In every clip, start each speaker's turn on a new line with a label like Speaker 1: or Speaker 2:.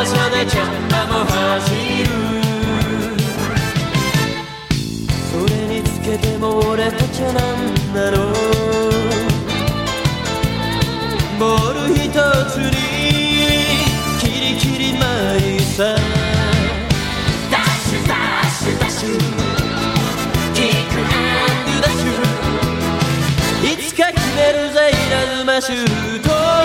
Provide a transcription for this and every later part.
Speaker 1: 場所でチャンバも走るそれにつけても俺たちはなんだろうボール一つにキリキリマイさダッシュダッシュダッシュキックアンドダッシュいつか決めるぜ稲妻シュート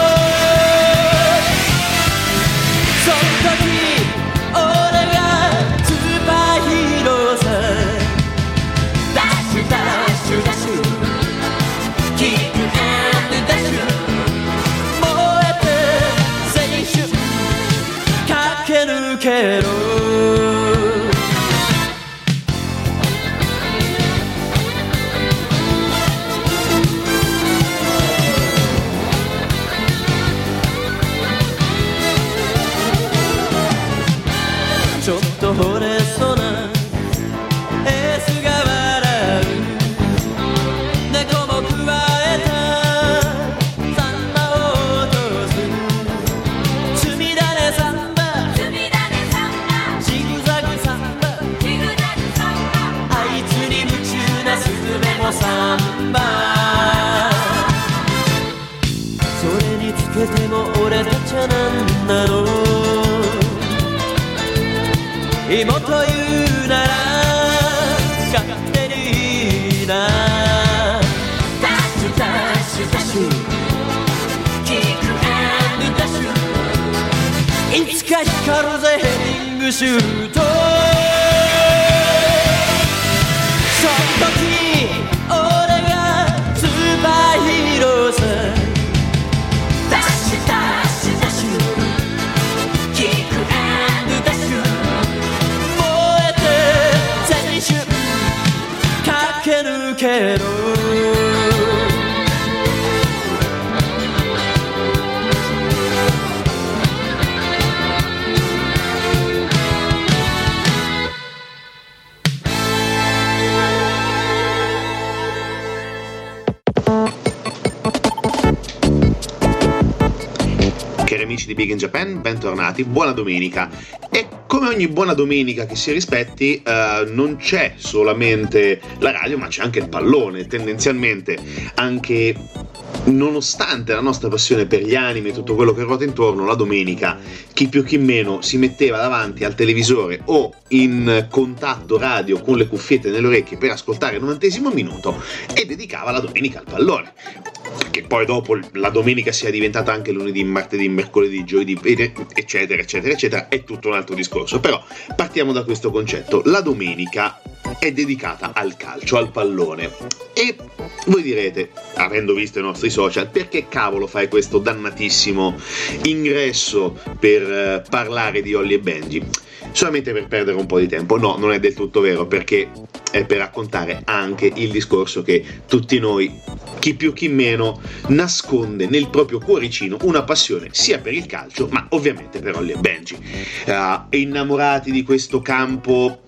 Speaker 1: その時俺がスーパーヒーローさダッシュダッシュダッシュキックアンドダッシュ燃えて青春駆け抜けろちょっと惚れそうなエースが笑う猫も加えたサンバを落とす積み種サンバジグザグサンバあいつに夢中なスズメもサンバそれにつけても俺たちはなんだろう妹言うなら勝手にいいなダッシュダッシュダッシュキックアンドダッシュいつか光るぜヘディングシュートその時俺がスーパーヒーローさダッシュダッシュダッシュキックアンドダッシュ駆け抜けろ
Speaker 2: Cari amici di Big in Japan, bentornati, buona domenica. E come ogni buona domenica che si rispetti, non c'è solamente la radio, ma c'è anche il pallone. Tendenzialmente, anche nonostante la nostra passione per gli anime e tutto quello che ruota intorno, la domenica, chi più chi meno si metteva davanti al televisore o in contatto radio con le cuffiette nelle orecchie per ascoltare il 90° minuto e dedicava la domenica al pallone. Che poi dopo la domenica sia diventata anche lunedì, martedì, mercoledì, giovedì, eccetera, eccetera, eccetera, è tutto un altro discorso. Però partiamo da questo concetto. La domenica è dedicata al calcio, al pallone. E voi direte, avendo visto i nostri social, perché cavolo fai questo dannatissimo ingresso per parlare di Holly e Benji? Solamente per perdere un po' di tempo? No, non è del tutto vero, perché è per raccontare anche il discorso che tutti noi, chi più chi meno, nasconde nel proprio cuoricino una passione sia per il calcio, ma ovviamente per Holly e Benji. Innamorati di questo campo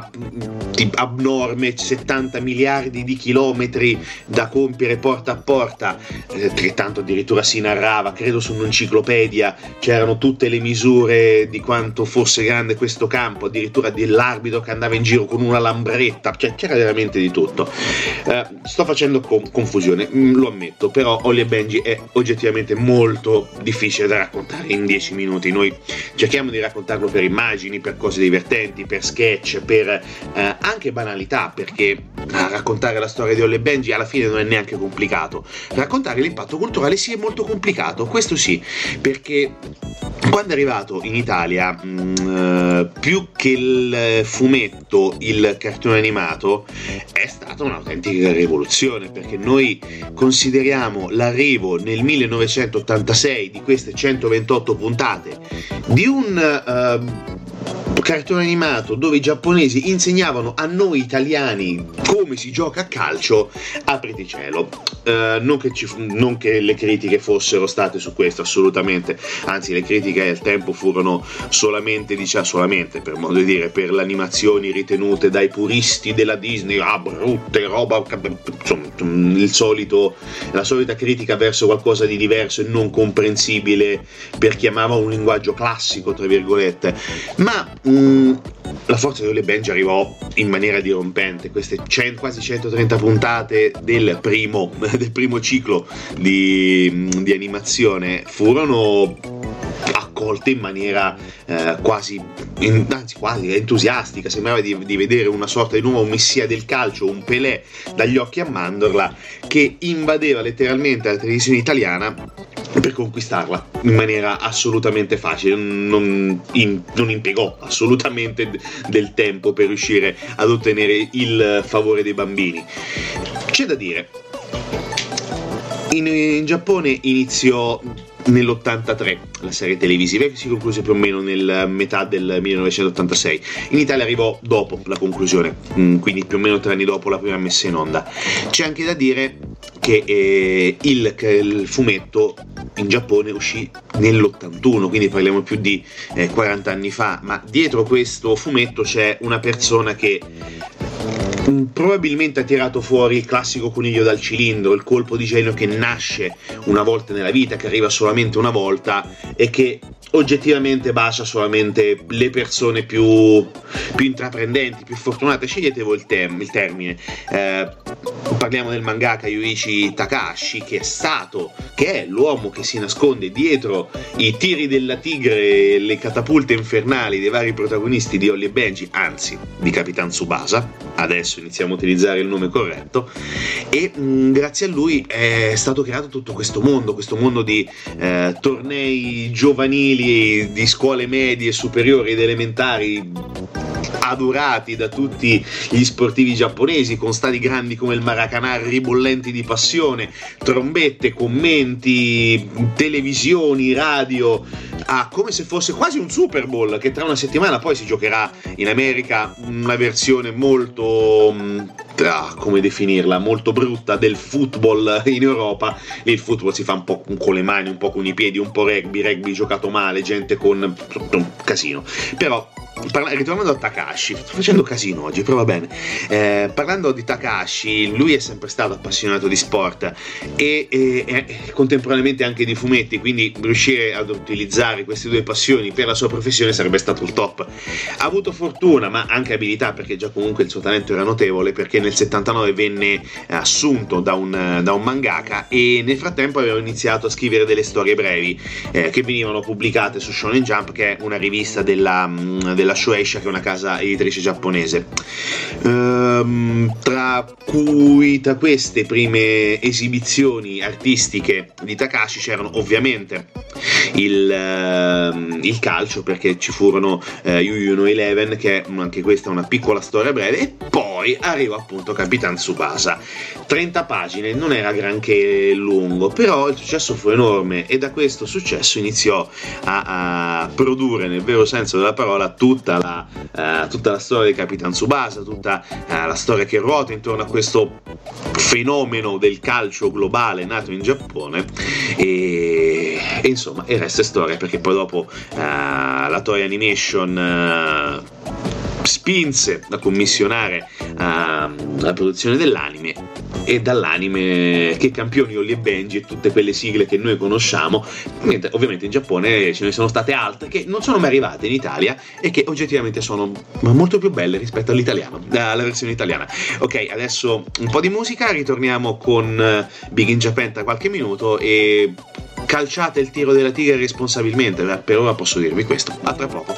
Speaker 2: abnorme, 70 miliardi di chilometri da compiere porta a porta, tanto addirittura si narrava, credo su un'enciclopedia c'erano tutte le misure di quanto fosse grande questo campo, addirittura dell'arbitro che andava in giro con una lambretta, cioè c'era veramente di tutto. Sto facendo confusione, lo ammetto, però Holly e Benji è oggettivamente molto difficile da raccontare in 10 minuti. Noi cerchiamo di raccontarlo per immagini, per cose divertenti, per sketch, per anche banalità, perché raccontare la storia di Holly e Benji alla fine non è neanche complicato. Raccontare l'impatto culturale sì è molto complicato, questo sì, perché quando è arrivato in Italia più che il fumetto, il cartone animato è stata un'autentica rivoluzione, perché noi consideriamo l'arrivo nel 1986 di queste 128 puntate di un cartone animato dove i giapponesi insegnavano a noi italiani come si gioca a calcio, apriti cielo. Non che le critiche fossero state su questo, assolutamente, anzi le critiche al tempo furono solamente per modo di dire, per le animazioni ritenute dai puristi della Disney, brutte, roba, insomma, la solita critica verso qualcosa di diverso e non comprensibile per chi amava un linguaggio classico, tra virgolette. Ma la forza di Holly e Benji arrivò in maniera dirompente. Queste quasi 130 puntate del primo ciclo di animazione furono accolte in maniera quasi entusiastica. Sembrava di vedere una sorta di nuovo messia del calcio, un Pelé dagli occhi a mandorla, che invadeva letteralmente la televisione italiana per conquistarla in maniera assolutamente facile. Non impiegò assolutamente del tempo per riuscire ad ottenere il favore dei bambini. C'è da dire, in Giappone iniziò nell'83 la serie televisiva, che si concluse più o meno nel metà del 1986. In Italia arrivò dopo la conclusione, quindi più o meno 3 anni dopo la prima messa in onda. C'è anche da dire che il fumetto in Giappone uscì nell'81, quindi parliamo più di 40 anni fa, ma dietro questo fumetto c'è una persona che probabilmente ha tirato fuori il classico coniglio dal cilindro, il colpo di genio che nasce una volta nella vita, che arriva solamente una volta e che oggettivamente bacia solamente le persone più intraprendenti, più fortunate. Scegliete voi il termine. Parliamo del mangaka Yuichi Takahashi, che è l'uomo che si nasconde dietro i tiri della tigre e le catapulte infernali dei vari protagonisti di Holly e Benji, anzi di Capitan Tsubasa. Adesso iniziamo a utilizzare il nome corretto, e grazie a lui è stato creato tutto questo mondo di tornei giovanili di scuole medie, superiori ed elementari, adorati da tutti gli sportivi giapponesi, con stadi grandi come il Maracanã, ribollenti di passione, trombette, commenti, televisioni, radio, come se fosse quasi un Super Bowl, che tra una settimana poi si giocherà in America, una versione molto, come definirla, molto brutta del football in Europa. Lì il football si fa un po' con le mani, un po' con i piedi, un po' rugby giocato male, gente con un casino. Però ritornando a Takahashi, sto facendo casino oggi, però va bene. Parlando di Takahashi, lui è sempre stato appassionato di sport e contemporaneamente anche di fumetti, quindi riuscire ad utilizzare queste due passioni per la sua professione sarebbe stato il top. Ha avuto fortuna, ma anche abilità, perché già comunque il suo talento era notevole, perché nel 79 venne assunto da un mangaka, e nel frattempo aveva iniziato a scrivere delle storie brevi che venivano pubblicate su Shonen Jump, che è una rivista della Shueisha, che è una casa editrice giapponese. Tra queste prime esibizioni artistiche di Takahashi c'erano ovviamente il calcio, perché ci furono Yu Yu no Eleven, che anche questa è una piccola storia breve, e poi arriva appunto Capitan Tsubasa. 30 pagine, non era granché lungo, però il successo fu enorme, e da questo successo iniziò a produrre, nel vero senso della parola, tutta la storia di Capitan Tsubasa, tutta la storia che ruota intorno a questo fenomeno del calcio globale nato in Giappone, e insomma il resto è storia, perché poi dopo la Toei Animation spinse a commissionare la produzione dell'anime, e dall'anime che campioni Holly e Benji e tutte quelle sigle che noi conosciamo, mentre ovviamente in Giappone ce ne sono state altre che non sono mai arrivate in Italia e che oggettivamente sono molto più belle rispetto alla versione italiana. Ok, adesso un po' di musica, ritorniamo con Big in Japan tra qualche minuto, e calciate il tiro della tigre responsabilmente. Per ora posso dirvi questo. A tra poco.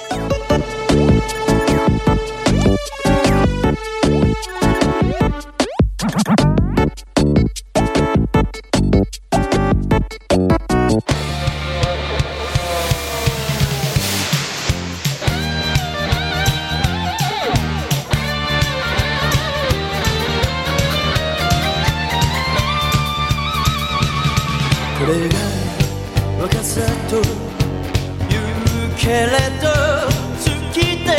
Speaker 1: Che きて迷って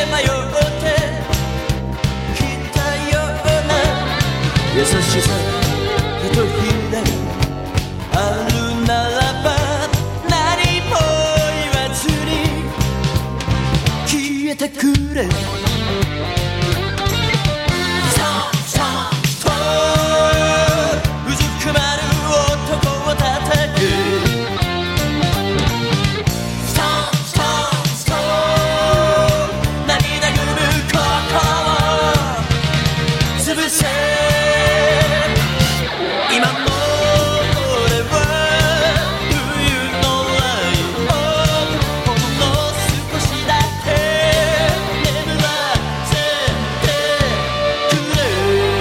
Speaker 1: きたような優しさひとひらあるならば何も言わずに消えてくれうずくまる男を叩く涙ぐむ心潰せ今の俺は冬のライオンほんの少しだけ眠らせてくれ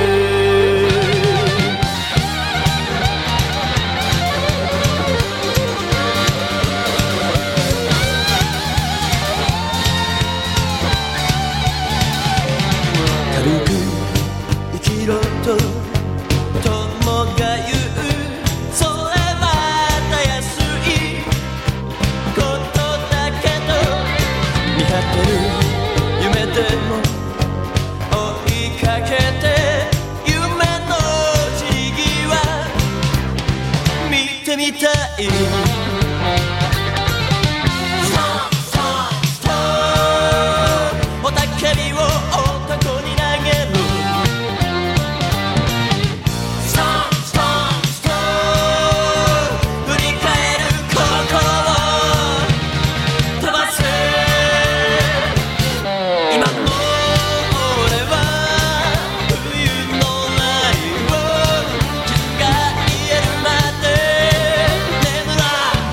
Speaker 1: 軽く生きろと友が言うそれはたやすいことだけど見張ってる夢でも追いかけて夢の散り際見てみたい雄たけびを男に投げる振り返る心を飛ばせ今の俺は冬のライオン君が言えるまで眠ら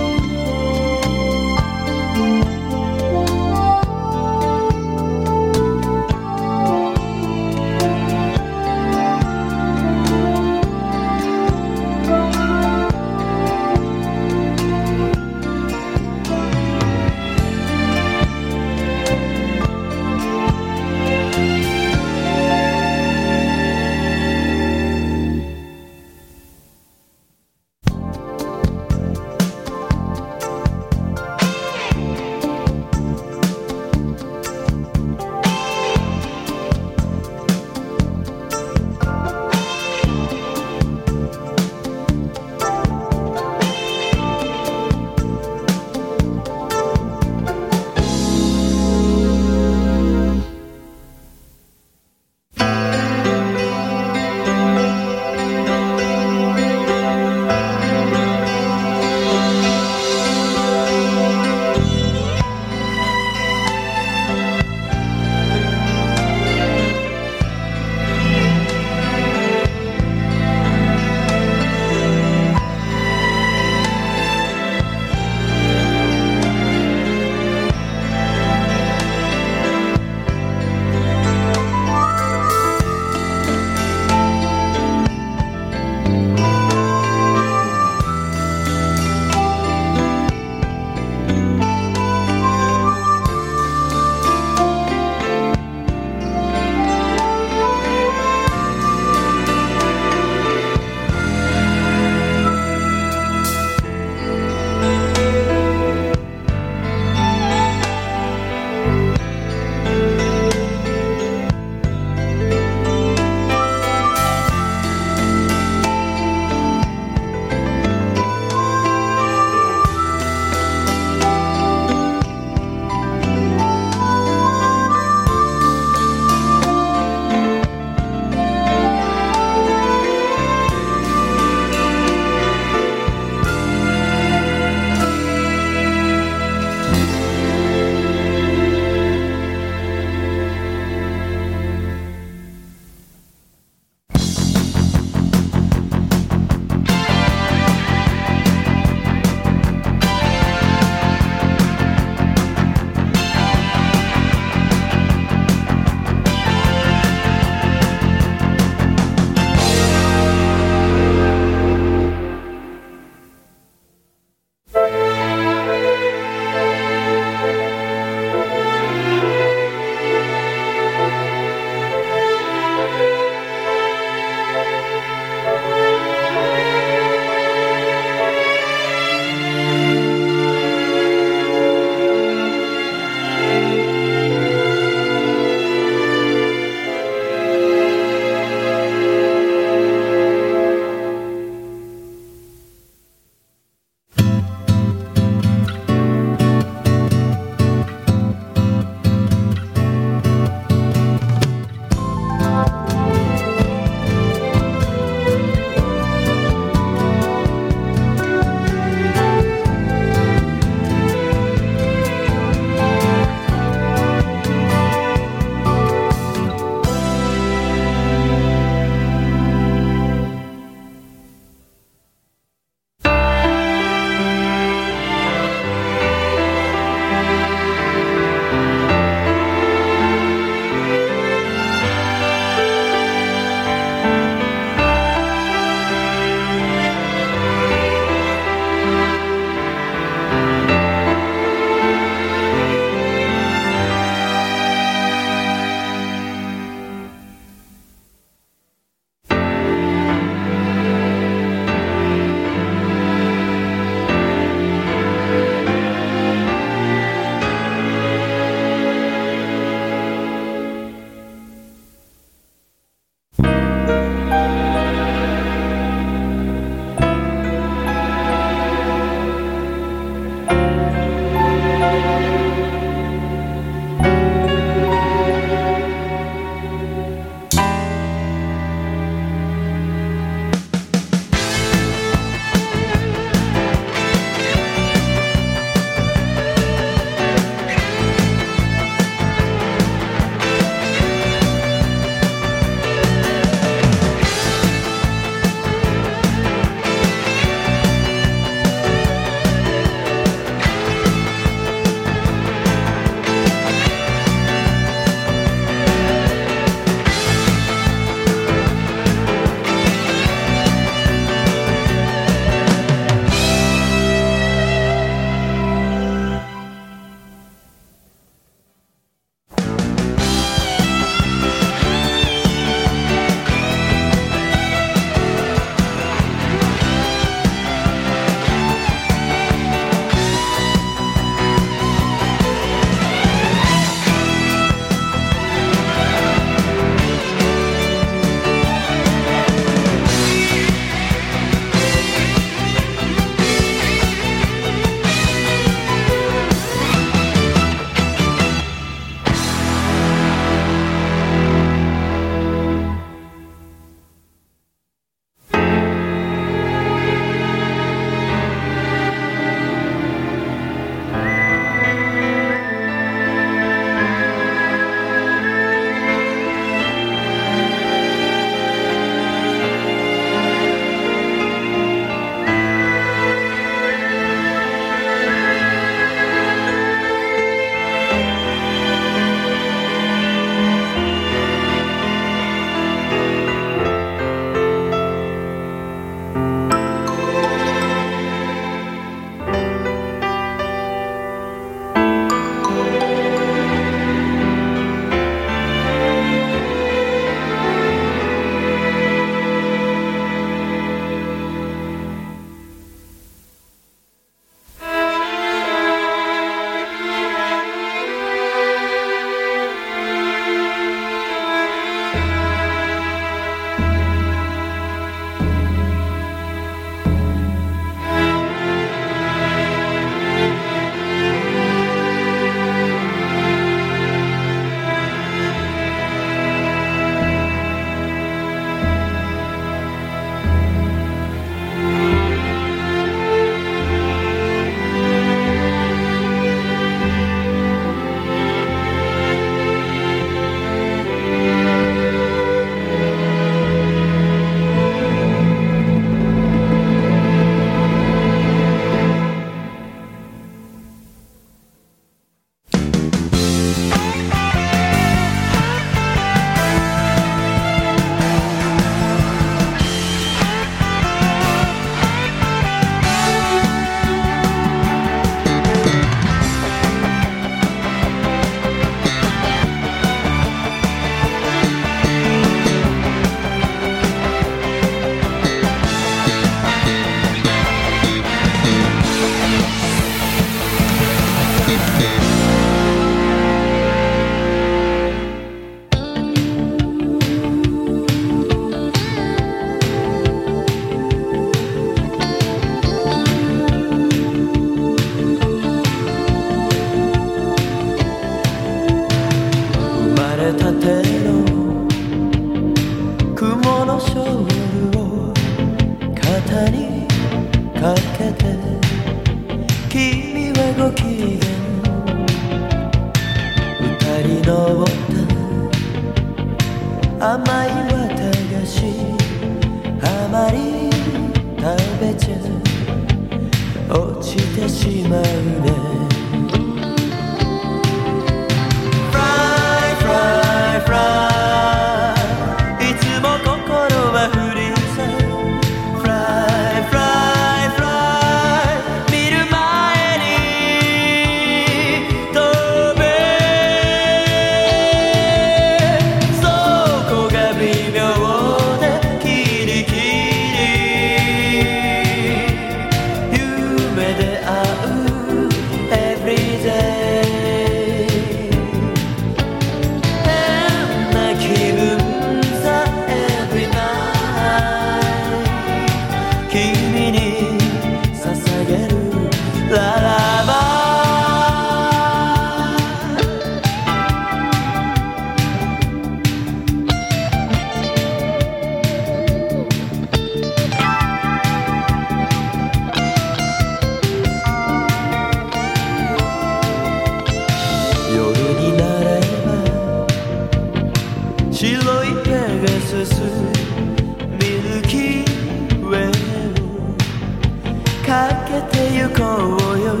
Speaker 1: すミルキーウェイをかけてゆこうよ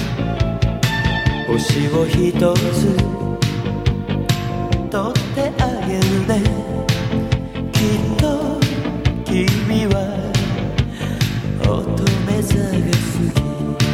Speaker 1: 星を一つ取ってあげるねきっと君は乙女座が好き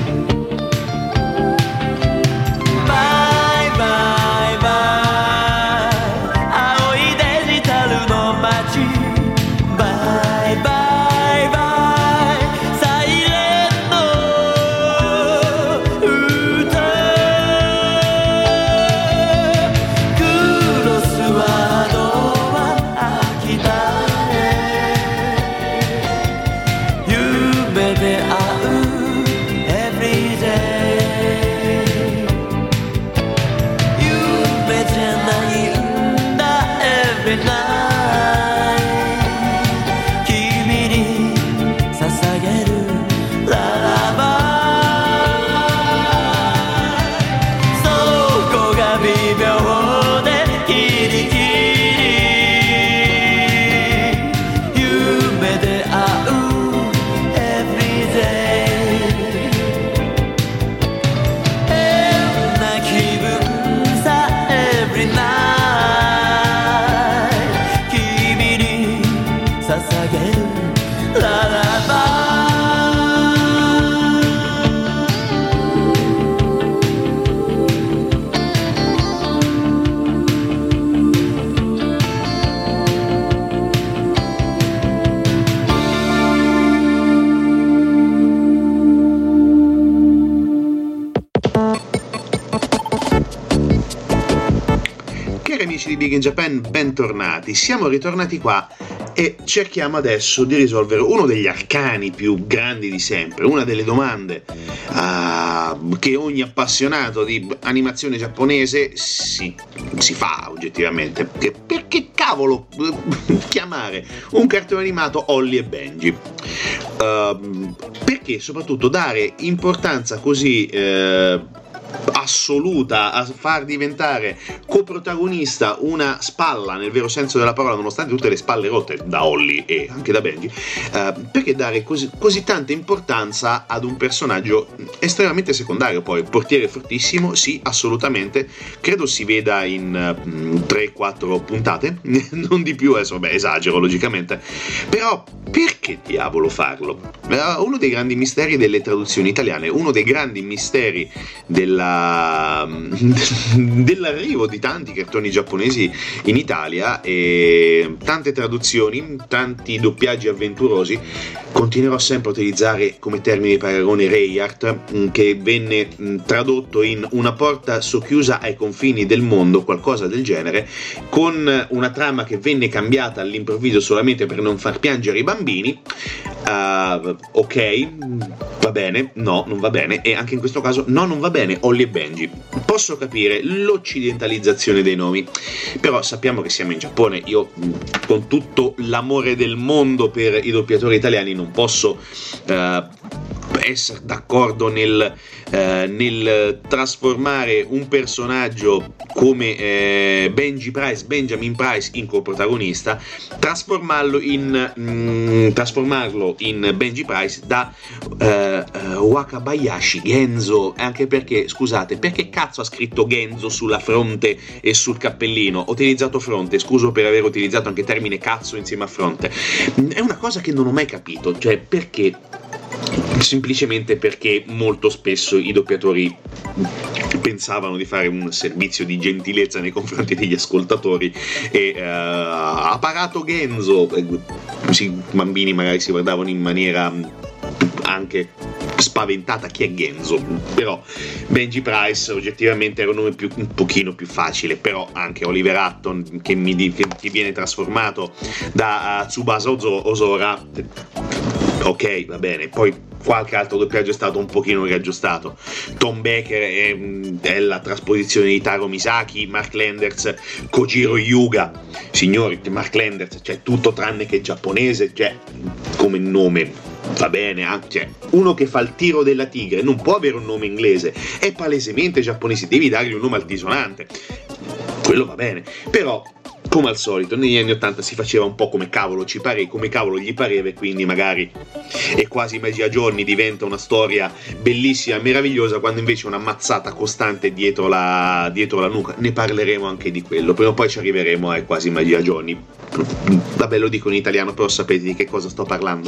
Speaker 2: Di Big in Japan, bentornati. Siamo ritornati qua e cerchiamo adesso di risolvere uno degli arcani più grandi di sempre, una delle domande che ogni appassionato di animazione giapponese si fa oggettivamente. Perché cavolo chiamare un cartone animato Holly e Benji? Perché soprattutto dare importanza così assoluta a far diventare coprotagonista una spalla nel vero senso della parola, nonostante tutte le spalle rotte da Holly e anche da Benji, perché dare così tanta importanza ad un personaggio estremamente secondario? Poi portiere fortissimo, sì, assolutamente, credo si veda in 3-4 puntate non di più, adesso esagero logicamente, però perché diavolo farlo? Uno dei grandi misteri delle traduzioni italiane, uno dei grandi misteri dell'arrivo di tanti cartoni giapponesi in Italia, e tante traduzioni, tanti doppiaggi avventurosi. Continuerò sempre a utilizzare come termine di paragone Reiart, che venne tradotto in una porta socchiusa ai confini del mondo, qualcosa del genere, con una trama che venne cambiata all'improvviso solamente per non far piangere i bambini. Ok, va bene, no, non va bene, e anche in questo caso no, non va bene. Holly e Benji, posso capire l'occidentalizzazione dei nomi, però sappiamo che siamo in Giappone. Io, con tutto l'amore del mondo per i doppiatori italiani, non posso essere d'accordo nel trasformare un personaggio come Benjamin Price in coprotagonista, trasformarlo in Benji Price da Wakabayashi Genzo, anche perché, scusate, perché cazzo ha scritto Genzo sulla fronte e sul cappellino? Ho utilizzato fronte, scuso per aver utilizzato anche il termine cazzo insieme a fronte. È una cosa che non ho mai capito, cioè perché? Semplicemente perché molto spesso i doppiatori pensavano di fare un servizio di gentilezza nei confronti degli ascoltatori e ha pagato Genzo, i bambini magari si guardavano in maniera anche spaventata, chi è Genzo? Però Benji Price oggettivamente era un nome un pochino più facile. Però anche Oliver Hutton che viene trasformato da Tsubasa Ozora, ok, va bene. Poi qualche altro doppiaggio è stato un pochino riaggiustato. Tom Baker è la trasposizione di Taro Misaki, Mark Landers, Kojiro Hyuga. Signori, Mark Landers, cioè tutto tranne che giapponese, cioè come nome va bene, cioè uno che fa il tiro della tigre non può avere un nome inglese, è palesemente giapponese, devi dargli un nome altisonante, quello va bene. Però come al solito negli anni 80 si faceva un po' come cavolo gli pareva, e quindi magari è quasi magia giorni, diventa una storia bellissima, meravigliosa, quando invece è una mazzata costante dietro la nuca. Ne parleremo anche di quello, prima o poi ci arriveremo a quasi magia giorni. Vabbè, lo dico in italiano, però sapete di che cosa sto parlando.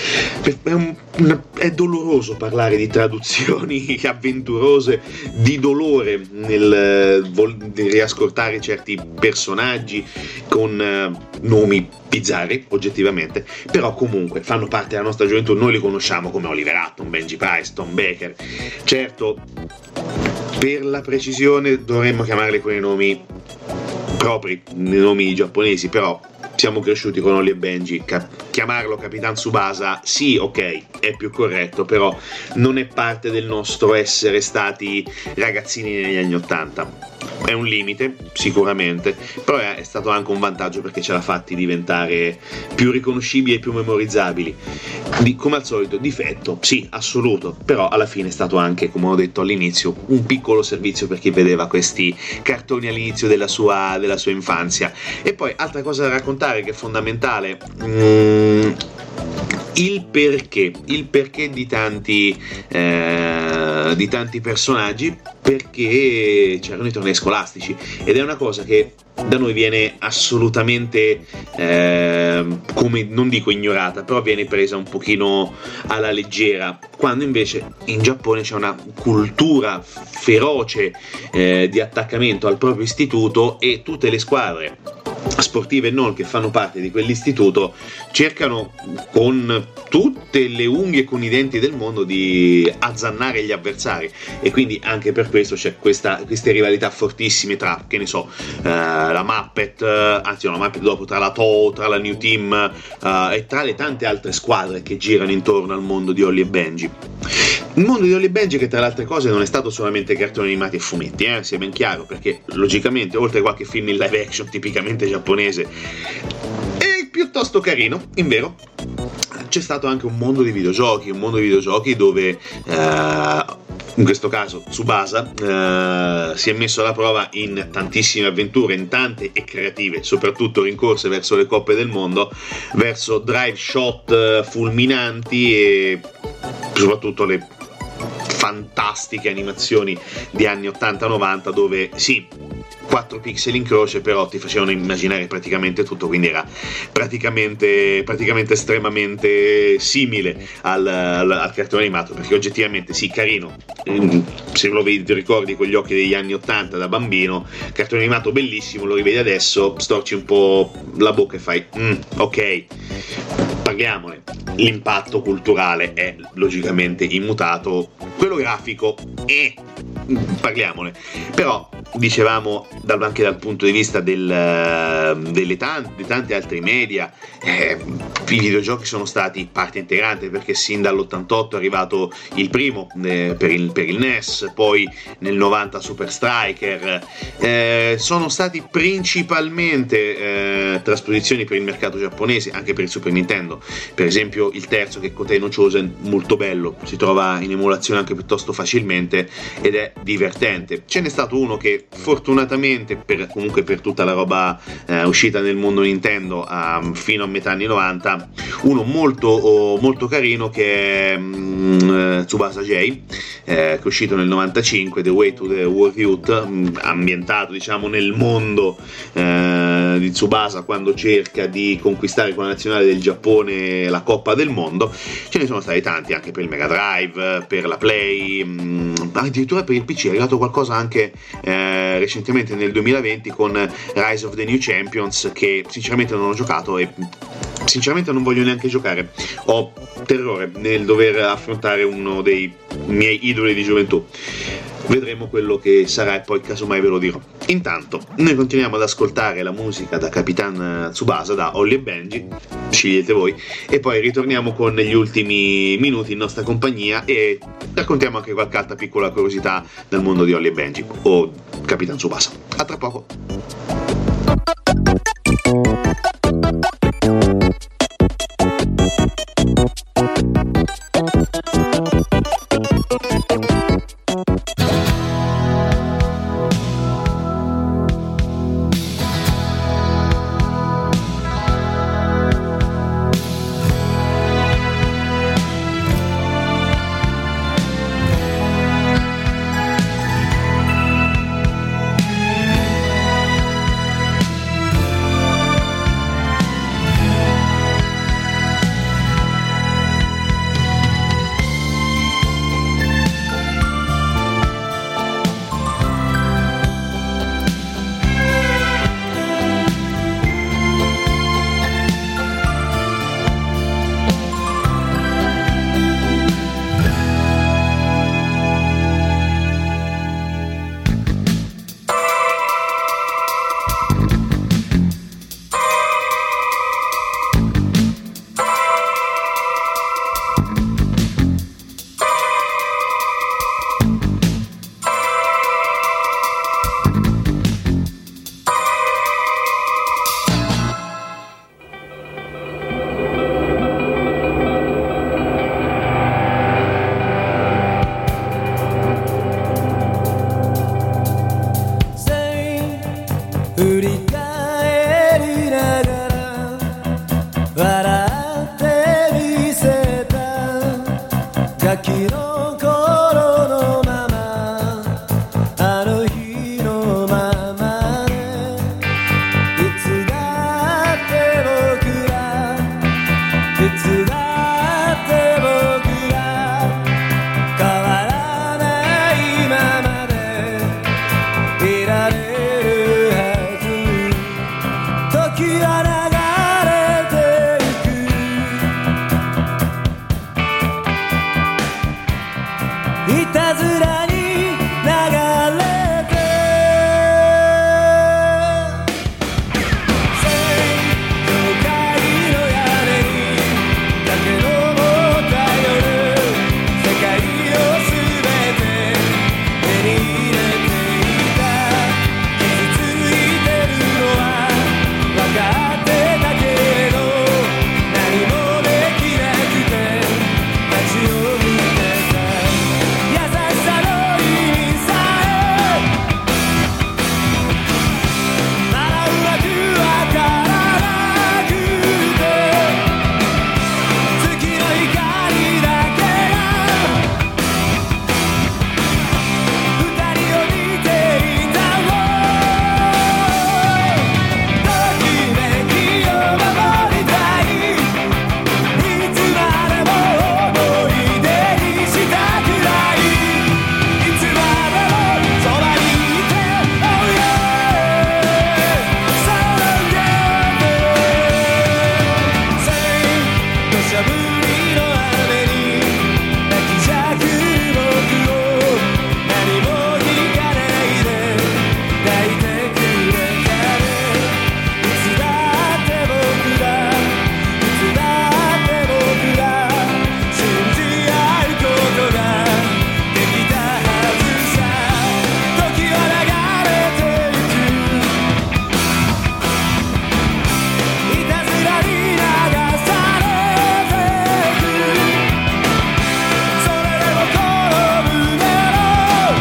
Speaker 2: È doloroso parlare di traduzioni avventurose, di dolore nel riascoltare certi personaggi con nomi bizzarri oggettivamente, però comunque fanno parte della nostra gioventù. Noi li conosciamo come Oliver Hutton, Benji Price, Tom Baker. Certo, per la precisione dovremmo chiamarli con i nomi propri, i nomi giapponesi, però siamo cresciuti con Holly e Benji. Chiamarlo Capitan Tsubasa, sì, ok, è più corretto, però non è parte del nostro essere stati ragazzini negli anni 80. È un limite, sicuramente, però è stato anche un vantaggio, perché ce l'ha fatti diventare più riconoscibili e più memorizzabili. Come al solito, difetto, sì, assoluto, però alla fine è stato anche, come ho detto all'inizio, un piccolo servizio per chi vedeva questi cartoni all'inizio della sua infanzia. E poi, altra cosa da raccontare che è fondamentale, il perché di tanti personaggi, perché c'erano i tornei scolastici, ed è una cosa che da noi viene assolutamente come, non dico ignorata, però viene presa un pochino alla leggera, quando invece in Giappone c'è una cultura feroce di attaccamento al proprio istituto, e tutte le squadre sportive e non che fanno parte di quell'istituto cercano con tutte le unghie e con i denti del mondo di azzannare gli avversari, e quindi anche per questo c'è queste rivalità fortissime tra, che ne so, la Muppet, dopo tra la Toho, tra la New Team e tra le tante altre squadre che girano intorno al mondo di Holly e Benji. Il mondo di Holly e Benji, che tra le altre cose non è stato solamente cartoni animati e fumetti, sia ben chiaro, perché logicamente oltre a qualche film in live action tipicamente giapponese è piuttosto carino, invero, c'è stato anche un mondo di videogiochi dove in questo caso Tsubasa si è messo alla prova in tantissime avventure, in tante e creative, soprattutto rincorse verso le coppe del mondo, verso drive shot fulminanti e soprattutto le fantastiche animazioni di anni 80-90, dove sì, 4 pixel in croce, però ti facevano immaginare praticamente tutto, quindi era praticamente estremamente simile al cartone animato, perché oggettivamente sì, carino, se lo vedi, ti ricordi con gli occhi degli anni 80 da bambino, cartone animato bellissimo, lo rivedi adesso, storci un po' la bocca e fai ok. Parliamone, l'impatto culturale è logicamente immutato, quello grafico parliamone, però dicevamo anche dal punto di vista di tanti altri media, i videogiochi sono stati parte integrante, perché sin dall'88 è arrivato il primo per il NES, poi nel 90 Super Striker, sono stati principalmente trasposizioni per il mercato giapponese, anche per il Super Nintendo. Per esempio il terzo, che è Kotei no Chosen, molto bello, si trova in emulazione anche piuttosto facilmente ed è divertente. Ce n'è stato uno che fortunatamente comunque per tutta la roba uscita nel mondo Nintendo fino a metà anni 90, uno molto molto carino, che è Tsubasa J, che è uscito nel 95, The Way to the World Youth, ambientato diciamo nel mondo di Tsubasa quando cerca di conquistare con la nazionale del Giappone la Coppa del Mondo. Ce ne sono stati tanti anche per il Mega Drive, per la Play, addirittura per il PC. È arrivato qualcosa anche recentemente nel 2020 con Rise of the New Champions, che sinceramente non ho giocato e sinceramente non voglio neanche giocare. Ho terrore nel dover affrontare uno dei miei idoli di gioventù. Vedremo quello che sarà e poi casomai ve lo dirò. Intanto noi continuiamo ad ascoltare la musica da Capitan Tsubasa, da Holly e Benji, scegliete voi, e poi ritorniamo con gli ultimi minuti in nostra compagnia e raccontiamo anche qualche altra piccola curiosità dal mondo di Holly e Benji o Capitan Tsubasa. A tra poco.
Speaker 1: 振り返りながら笑ってみせたガキの頃のままあの日のままでいつだって僕らいつだって僕ら変わらないままでいられるはず時は流れてゆくいたずらに流れて教会の屋根にだけのもった夜世界をすべて手に入れていた傷ついてるのは分かってたけれど何もできなくて立ちを見てた優しさの意味さえまだうまくわからなくて月の光だけが二人を見ていたときめきを守りたいいつまでも思い出にしたくないいつまでもそばにいて Oh yeah そのゲーム土砂降りの雨に泣きじゃくる僕を何も聞かないで抱いてくれたねいつだって僕らいつだって僕ら信じ合うことができたはずさ時は流れてゆくいたずらに流されてくそれでもこの胸の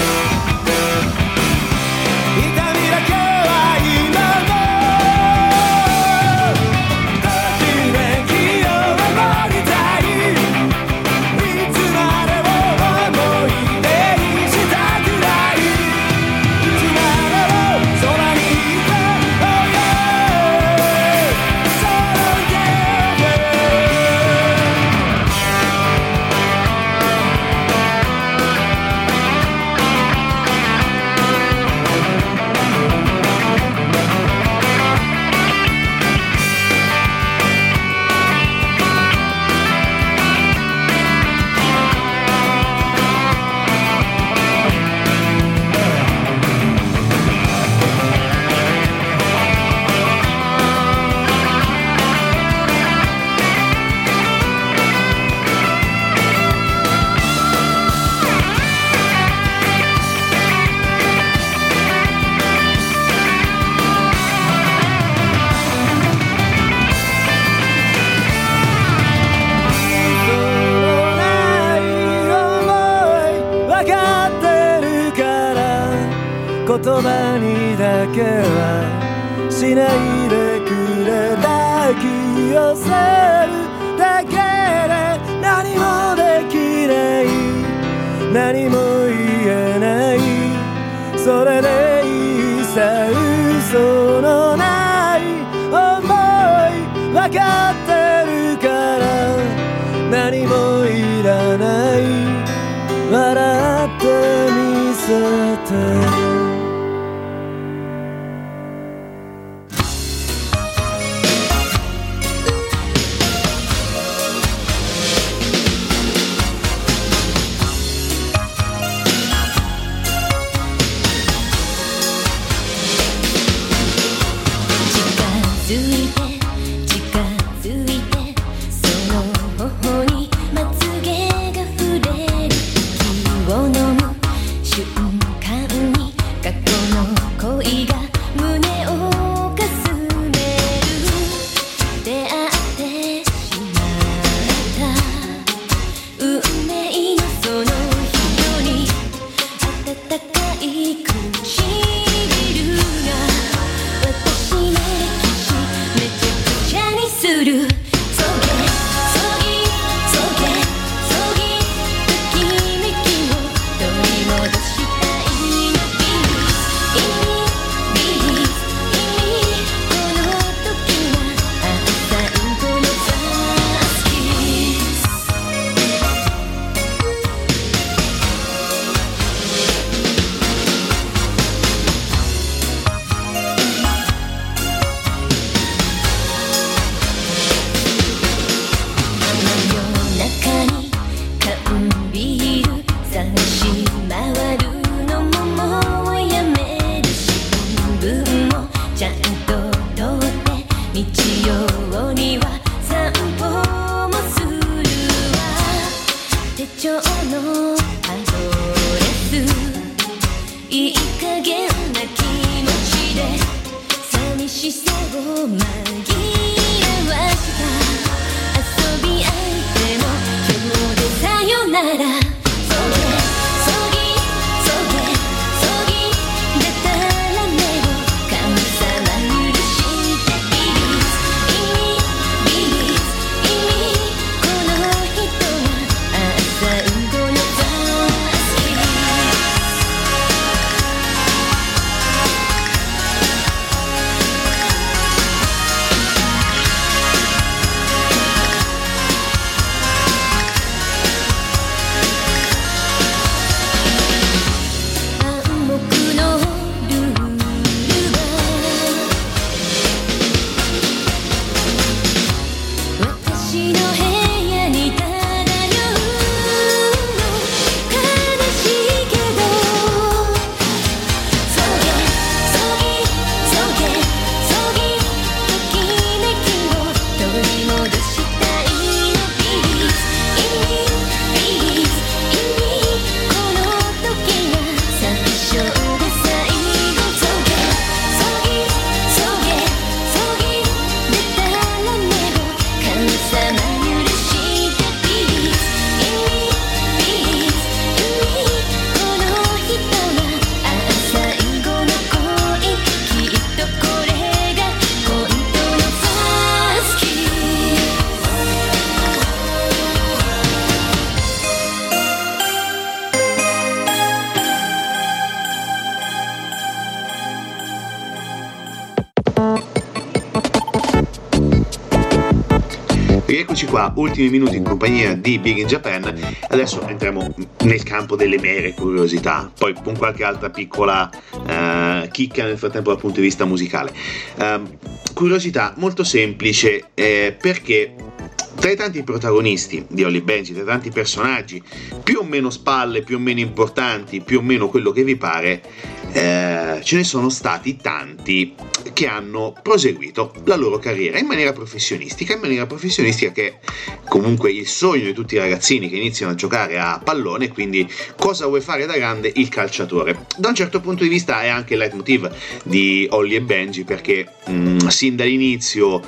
Speaker 1: 痛みだけは今もときめきを守りたいいつまでも思い出にしたくないいつまでもそばにいて Oh yeah そのゲーム分かってるから言葉にだけはしないでくれ抱き寄せるだけで何もできない何も言えないそれでいいさ嘘のない想い分かってるから何もいらない笑ってみせて
Speaker 3: 近づいてその頬にまつげが触れる息を飲む瞬間に過去の恋が胸をかすめる出会ってしまった運命のその日に温かい唇が
Speaker 2: Eccoci qua, ultimi minuti in compagnia di Big in Japan. Adesso entriamo nel campo delle mere curiosità, poi con qualche altra piccola chicca nel frattempo dal punto di vista musicale. Curiosità molto semplice, perché tra i tanti protagonisti di Holly Benji, tra i tanti personaggi, più o meno spalle, più o meno importanti, più o meno quello che vi pare, ce ne sono stati tanti che hanno proseguito la loro carriera in maniera professionistica che è comunque il sogno di tutti i ragazzini che iniziano a giocare a pallone. Quindi cosa vuoi fare da grande? Il calciatore. Da un certo punto di vista è anche il leitmotiv di Holly e Benji, perché sin dall'inizio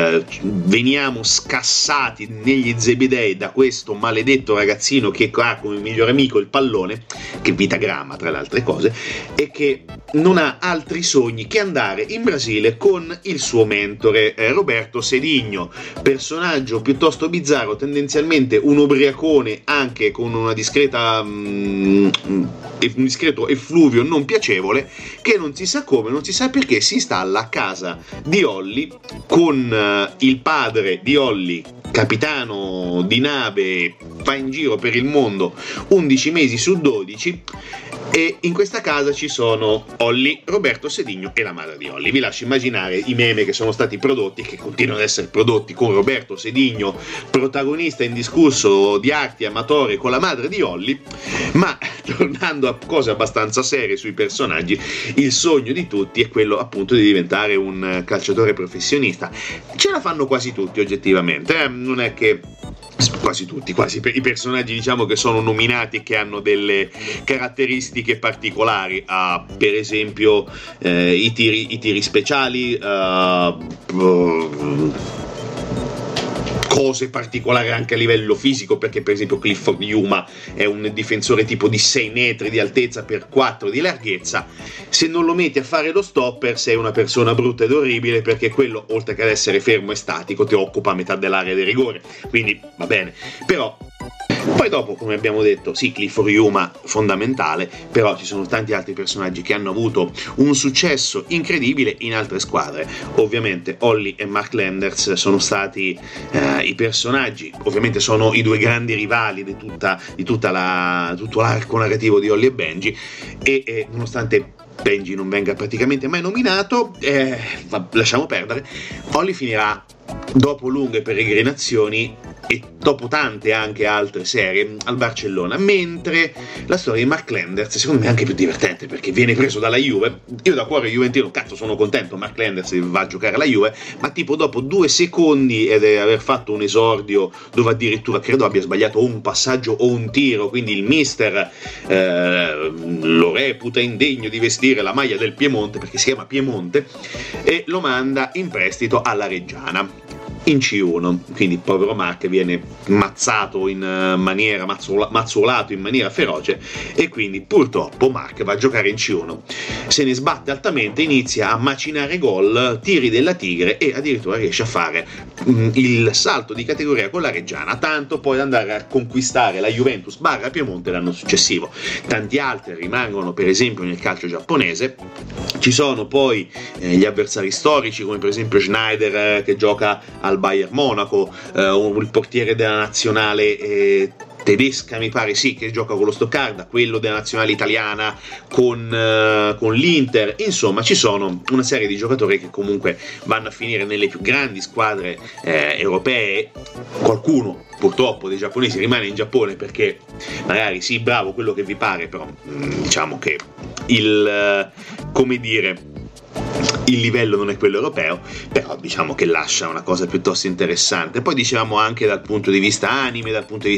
Speaker 2: veniamo scassati negli zebedei da questo maledetto ragazzino che ha come migliore amico il pallone, che vitagramma tra le altre cose, e che non ha altri sogni che andare in Brasile con il suo mentore Roberto Cedinho, personaggio piuttosto bizzarro, tendenzialmente un ubriacone anche con una discreta un discreto effluvio non piacevole, che non si sa come, non si sa perché si installa a casa di Holly con il padre di Holly, capitano di nave, va in giro per il mondo 11 mesi su 12, e in questa casa ci sono Holly, Roberto Cedinho e la madre di Holly. Vi lascio immaginare i meme che sono stati prodotti, che continuano ad essere prodotti, con Roberto Cedinho protagonista indiscusso di arti amatore con la madre di Holly. Ma tornando a cose abbastanza serie sui personaggi, il sogno di tutti è quello appunto di diventare un calciatore professionista. Ce la fanno quasi tutti oggettivamente, non è che quasi tutti, quasi i personaggi diciamo che sono nominati e che hanno delle caratteristiche particolari, per esempio i tiri speciali, cose particolari anche a livello fisico, perché per esempio Clifford Yuma è un difensore tipo di 6 metri di altezza per 4 di larghezza. Se non lo metti a fare lo stopper sei una persona brutta ed orribile, perché quello, oltre che ad essere fermo e statico, ti occupa metà dell'area di rigore, quindi va bene. Però poi dopo, come abbiamo detto, sì, Clifford Yuma fondamentale, però ci sono tanti altri personaggi che hanno avuto un successo incredibile in altre squadre. Ovviamente Holly e Mark Landers sono stati i personaggi, ovviamente sono i due grandi rivali di tutto l'arco narrativo di Holly e Benji, e nonostante Benji non venga praticamente mai nominato, lasciamo perdere, Holly finirà dopo lunghe peregrinazioni e dopo tante anche altre serie al Barcellona, mentre la storia di Mark Lenders secondo me è anche più divertente perché viene preso dalla Juve. Io da cuore juventino, cazzo, sono contento, Mark Lenders va a giocare alla Juve, ma tipo dopo 2 secondi ed aver fatto un esordio dove addirittura credo abbia sbagliato o un passaggio o un tiro, quindi il mister lo reputa indegno di vestire la maglia del Piemonte, perché si chiama Piemonte, e lo manda in prestito alla Reggiana in C1, quindi il povero Mark viene mazzolato in maniera feroce, e quindi purtroppo Mark va a giocare in C1, se ne sbatte altamente, inizia a macinare gol, tiri della Tigre e addirittura riesce a fare il salto di categoria con la Reggiana, tanto poi da andare a conquistare la Juventus / Piemonte l'anno successivo. Tanti altri rimangono per esempio nel calcio giapponese. Ci sono poi gli avversari storici come per esempio Schneider che gioca al Bayern Monaco, il portiere della nazionale tedesca mi pare che gioca con lo Stoccarda, quello della nazionale italiana con l'Inter. Insomma, ci sono una serie di giocatori che comunque vanno a finire nelle più grandi squadre europee. Qualcuno purtroppo dei giapponesi rimane in Giappone perché magari sì, bravo, quello che vi pare, però diciamo che il livello non è quello europeo, però diciamo che lascia una cosa piuttosto interessante. Poi dicevamo anche dal punto di vista anime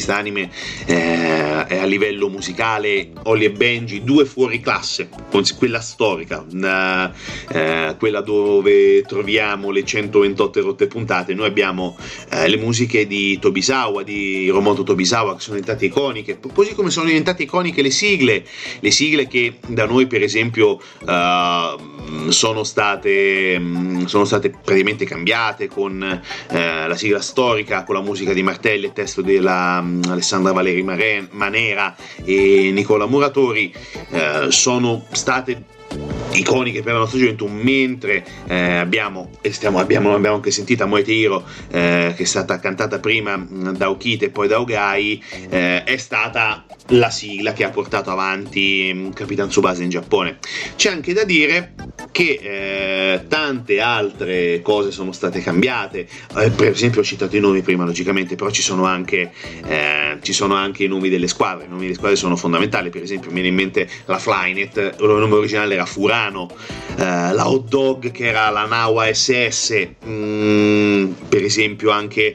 Speaker 2: a livello musicale Holly e Benji, 2 fuori classe, quella storica, quella dove troviamo le 128 rotte puntate. Noi abbiamo le musiche di Tobisawa, di Hiromoto Tobisawa, che sono diventate iconiche, così come sono diventate iconiche le sigle che da noi per esempio sono state praticamente cambiate, con la sigla storica, con la musica di Martelli e testo della Alessandra Valeri Manera e Nicola Muratori, sono state iconiche per la nostra gioventù, mentre abbiamo anche sentito Moete Hiro, che è stata cantata prima da Okita e poi da Ogai, è stata la sigla che ha portato avanti Capitan Tsubasa in Giappone. C'è anche da dire che tante altre cose sono state cambiate, per esempio ho citato i nomi prima logicamente, però ci sono anche i nomi delle squadre. I nomi delle squadre sono fondamentali, per esempio mi viene in mente la Flynet, il nome originale era Furano, la Hot Dog che era la Nawa SS, per esempio anche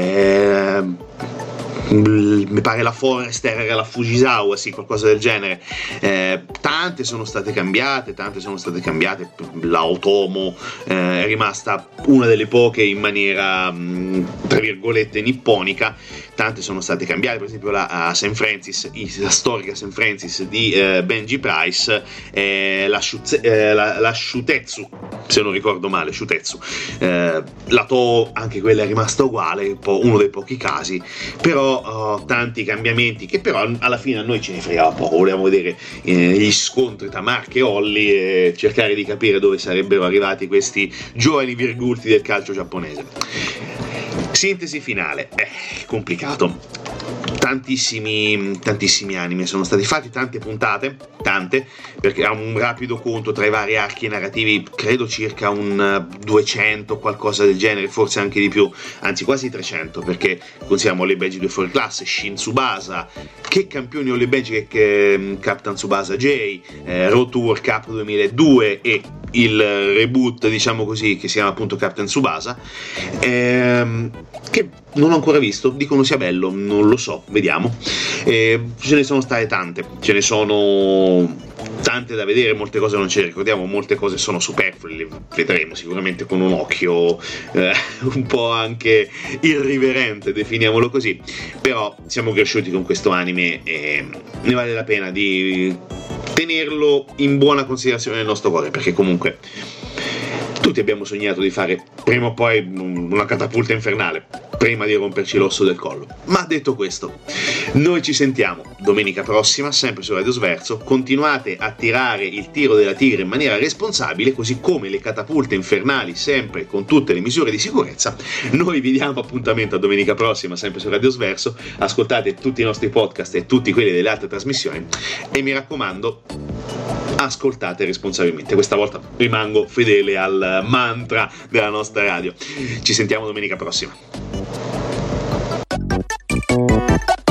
Speaker 2: mi pare la Forester era la Fujisawa, sì, qualcosa del genere. Tante sono state cambiate, la Otomo è rimasta una delle poche in maniera tra virgolette nipponica. Tante sono state cambiate, per esempio la St. Francis, la storica St. Francis di Benji Price, la Shutetsu, se non ricordo male, Shutetsu, la Toho, anche quella è rimasta uguale, uno dei pochi casi, però tanti cambiamenti che però alla fine a noi ce ne fregava poco, volevamo vedere gli scontri tra Mark e Holly e cercare di capire dove sarebbero arrivati questi giovani virgulti del calcio giapponese. Sintesi finale, complicato. Tantissimi anime sono stati fatti, tante puntate, perché a un rapido conto tra i vari archi narrativi credo circa un 200, qualcosa del genere, forse anche di più, anzi quasi 300, perché consideriamo Holly e Benji 2 fuori classe, Shin Tsubasa, che campioni Holly e Benji, che Captain Tsubasa J, Road to World Cup 2002 e il reboot, diciamo così, che si chiama appunto Captain Tsubasa, che non ho ancora visto, dicono sia bello, non lo so, vediamo. Ce ne sono state tante, tante da vedere, molte cose non ce le ricordiamo, molte cose sono superflue, le vedremo sicuramente con un occhio un po' anche irriverente, definiamolo così, però siamo cresciuti con questo anime e ne vale la pena di tenerlo in buona considerazione nel nostro cuore, perché comunque tutti abbiamo sognato di fare prima o poi una catapulta infernale prima di romperci l'osso del collo. Ma detto questo, noi ci sentiamo domenica prossima sempre su Radio Sverso. Continuate a tirare il tiro della tigre in maniera responsabile, così come le catapulte infernali, sempre con tutte le misure di sicurezza. Noi vi diamo appuntamento a domenica prossima sempre su Radio Sverso. Ascoltate tutti i nostri podcast e tutti quelli delle altre trasmissioni e mi raccomando, ascoltate responsabilmente. Questa volta rimango fedele al mantra della nostra radio. Ci sentiamo domenica prossima.